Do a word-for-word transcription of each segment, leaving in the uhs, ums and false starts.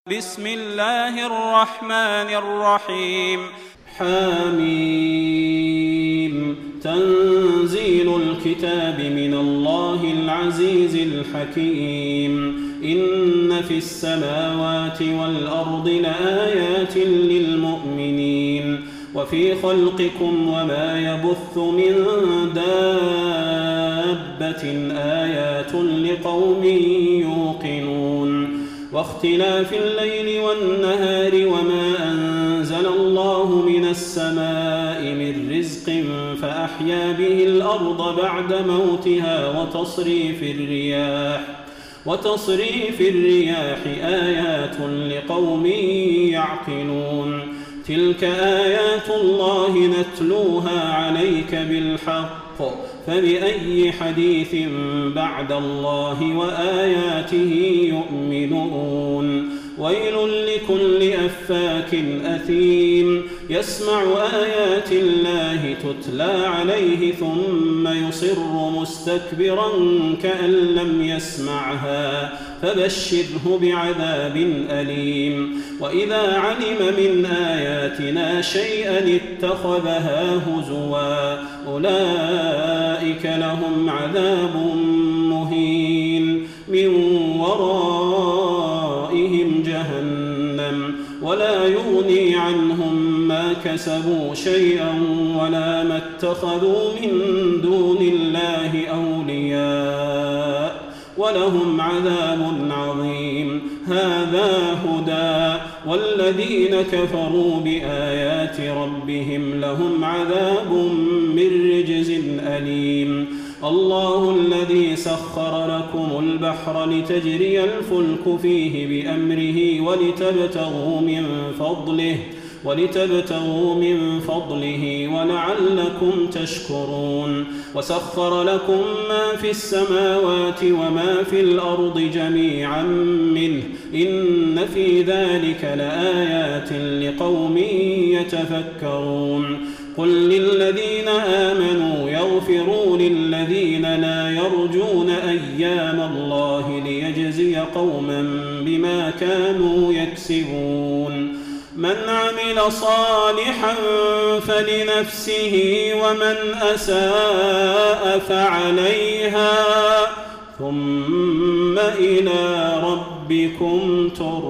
بسم الله الرحمن الرحيم. حميم. تنزيل الكتاب من الله العزيز الحكيم. إن في السماوات والأرض لآيات للمؤمنين وفي خلقكم وما يبث من دابة آيات لقوم يوقنون واختلاف الليل والنهار وما أنزل الله من السماء من رزق فأحيا به الأرض بعد موتها وتصريف الرياح وتصريف الرياح آيات لقوم يعقلون تلك آيات الله نتلوها عليك بالحق فبأي حديث بعد الله وآياته يؤمنون ويل لكل أفاك أثيم يسمع آيات الله تتلى عليه ثم يصر مستكبرا كأن لم يسمعها فبشره بعذاب أليم وإذا علم من آياتنا شيئا اتخذها هزوا أولئك لهم عذاب مهين من ورائهم جهنم ولا يغني عنهم ما كسبوا شيئا ولا ما اتخذوا من دون الله أولياء ولهم عذاب عظيم هذا هدى والذين كفروا بآيات ربهم لهم عذاب من رجز أليم الله الذي سخر لكم البحر لتجري الفلك فيه بأمره ولتبتغوا من فضله ولتبتغوا من فضله ولعلكم تشكرون وسخر لكم ما في السماوات وما في الأرض جميعا منه إن في ذلك لآيات لقوم يتفكرون قل للذين آمنوا يغفروا للذين لا يرجون أيام الله ليجزي قوما بما كانوا يكسبون من عمل صالحا فلنفسه ومن أساء فعليها ثم إلى ربكم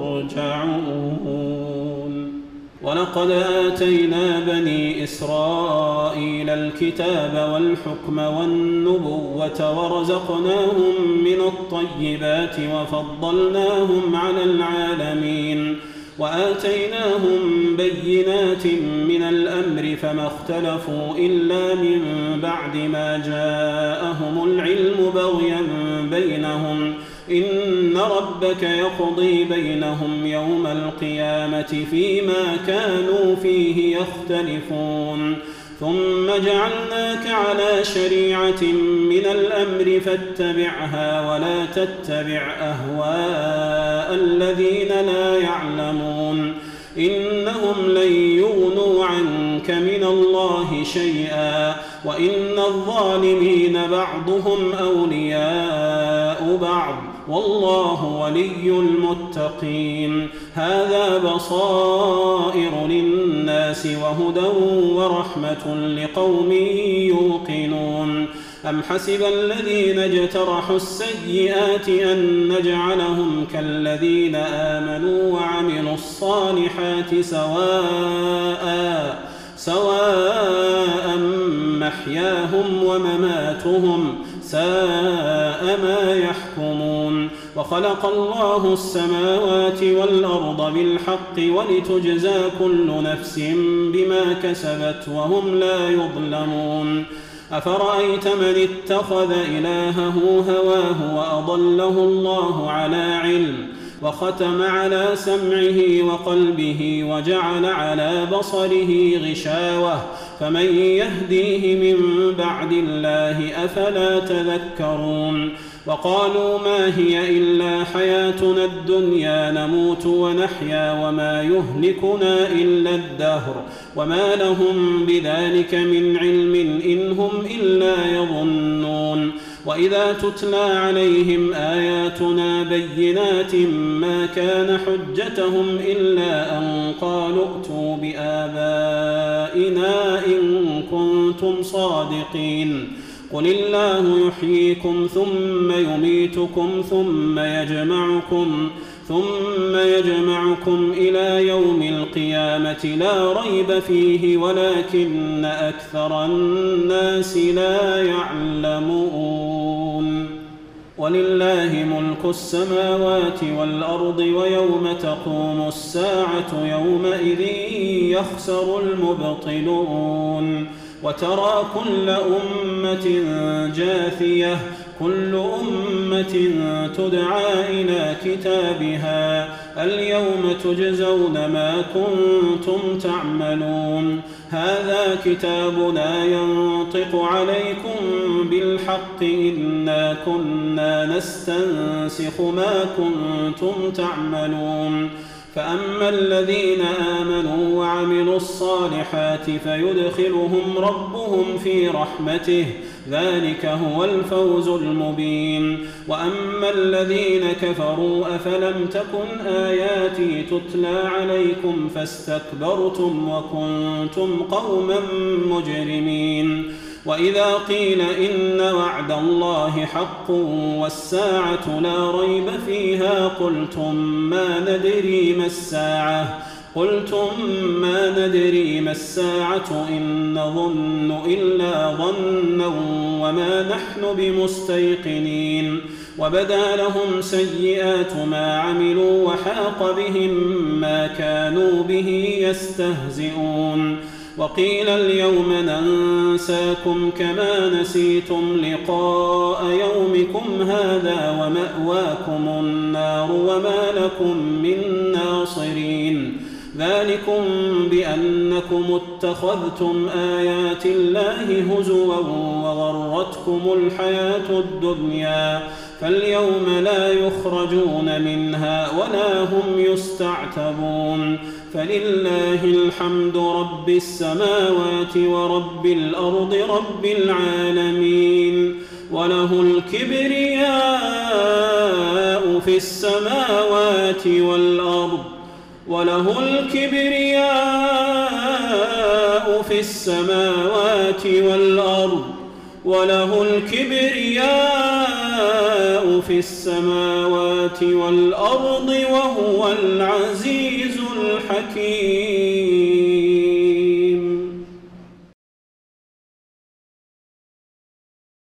ترجعون ولقد آتينا بني إسرائيل الكتاب والحكم والنبوة ورزقناهم من الطيبات وفضلناهم على العالمين وآتيناهم بينات من الأمر فما اختلفوا إلا من بعد ما جاءهم العلم بغيا بينهم إن ربك يقضي بينهم يوم القيامة فيما كانوا فيه يختلفون ثم جعلناك على شريعة من الأمر فاتبعها ولا تتبع أهواء الذين لا يعلمون إنهم لن يغنوا عنك من الله شيئا وإن الظالمين بعضهم أولياء بعض والله ولي المتقين هذا بصائر للناس وهدى ورحمة لقوم يوقنون أم حسب الذين اجترحوا السيئات أن نجعلهم كالذين آمنوا وعملوا الصالحات سواء سواء محياهم ومماتهم ساء ما يحكمون وخلق الله السماوات والأرض بالحق ولتجزى كل نفس بما كسبت وهم لا يظلمون أفرأيت من اتخذ إلهه هواه وأضله الله على علم وختم على سمعه وقلبه وجعل على بصره غشاوة فمن يهديه من بعد الله أفلا تذكرون وقالوا ما هي إلا حياتنا الدنيا نموت ونحيا وما يهلكنا إلا الدهر وما لهم بذلك من علم إن هم إلا يظنون وإذا تتلى عليهم آياتنا بينات ما كان حجتهم إلا أن قالوا ائتوا بآبائنا إن كنتم صادقين قل الله يحييكم ثم يميتكم ثم يجمعكم ثم يجمعكم إلى يوم القيامة لا ريب فيه ولكن أكثر الناس لا يعلمون ولله ملك السماوات والأرض ويوم تقوم الساعة يومئذ يخسر المبطلون وترى كل أمة جاثية كل أمة تدعى إلى كتابها اليوم تجزون ما كنتم تعملون هذا كتابنا ينطق عليكم بالحق إنا كنا نستنسخ ما كنتم تعملون فأما الذين آمنوا وعملوا الصالحات فيدخلهم ربهم في رحمته ذلك هو الفوز المبين وأما الذين كفروا أفلم تكن آياتي تتلى عليكم فاستكبرتم وكنتم قوما مجرمين وإذا قيل إن وعد الله حق والساعة لا ريب فيها قلتم ما ندري ما الساعة قلتم ما ندري ما الساعة إن نظن إلا ظنا وما نحن بمستيقنين وبدا لهم سيئات ما عملوا وحاق بهم ما كانوا به يستهزئون وقيل اليوم ننساكم كما نسيتم لقاء يومكم هذا ومأواكم النار وما لكم من ناصرين ذلكم بأنكم اتخذتم آيات الله هزوا وغرتكم الحياة الدنيا فاليوم لا يخرجون منها ولا هم يستعتبون فلله الحمد رب السماوات ورب الأرض رب العالمين وله الكبرياء في السماوات والأرض وله الكبرياء في السماوات والأرض وله الكبرياء في السماوات والأرض وهو العزيز الحكيم